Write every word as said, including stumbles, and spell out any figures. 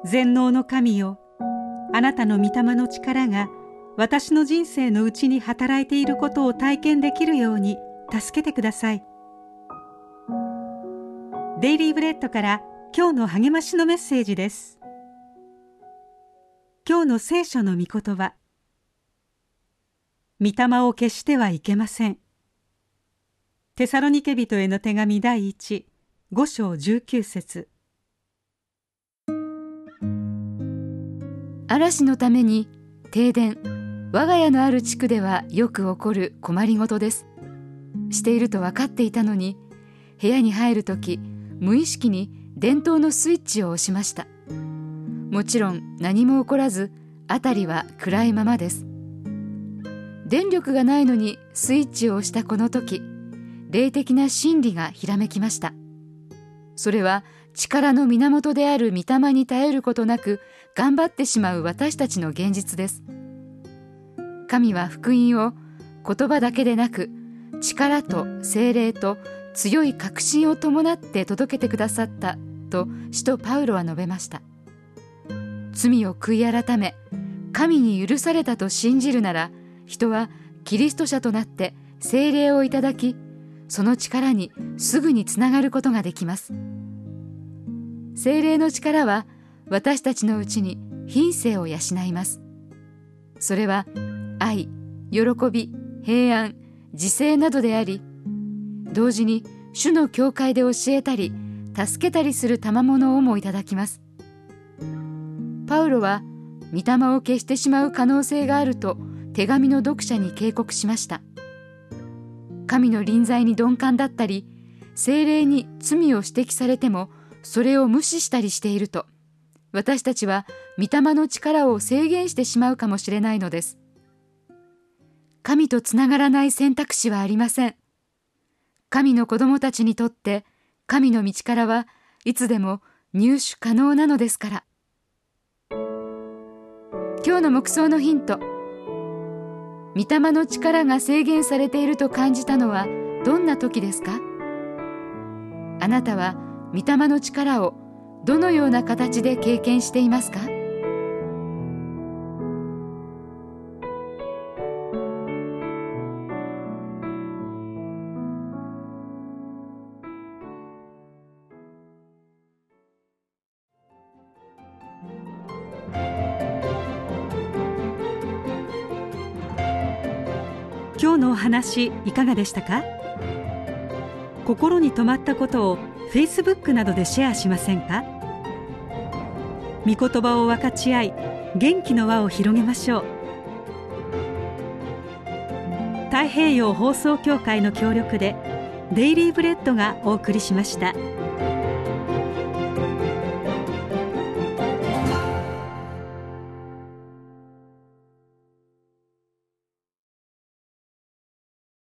全能の神よ、あなたの御霊の力が私の人生のうちに働いていることを体験できるように助けてください。デイリーブレッドから今日の励ましのメッセージです。今日の聖書の御言葉。御霊を消してはいけません。テサロニケ人への手紙第一、五章十九節。 嵐のために停電、我が家のある地区ではよく起こる困りごとです。していると分かっていたのに、部屋に入るとき無意識に電灯のスイッチを押しました。もちろん何も起こらず、辺りは暗いままです。電力がないのにスイッチを押したこの時、霊的な真理がひらめきました。それは力の源である御霊に頼ることなく頑張ってしまう私たちの現実です。神は福音を言葉だけでなく、力と聖霊と強い確信を伴って届けてくださったと使徒パウロは述べました。罪を悔い改め、神に許されたと信じるなら、人はキリスト者となって聖霊をいただき、その力にすぐにつながることができます。聖霊の力は私たちのうちに品性を養います。それは愛、喜び、平安、自制などであり、同時に主の教会で教えたり助けたりする賜物をもいただきます。パウロは御霊を消してしまう可能性があると手紙の読者に警告しました。神の臨在に鈍感だったり、聖霊に罪を指摘されてもそれを無視したりしていると、私たちは御霊の力を制限してしまうかもしれないのです。神とつながらない選択肢はありません。神の子供たちにとって神の道からはいつでも入手可能なのですから。今日の黙想のヒント。御霊の力が制限されていると感じたのはどんな時ですか？あなたは御霊の力をどのような形で経験していますか？ 今日のお話いかがでしたか？心に留まったことを Facebook などでシェアしませんか？御言葉を分かち合い、元気の輪を広げましょう。太平洋放送協会の協力でデイリーブレッドがお送りしました。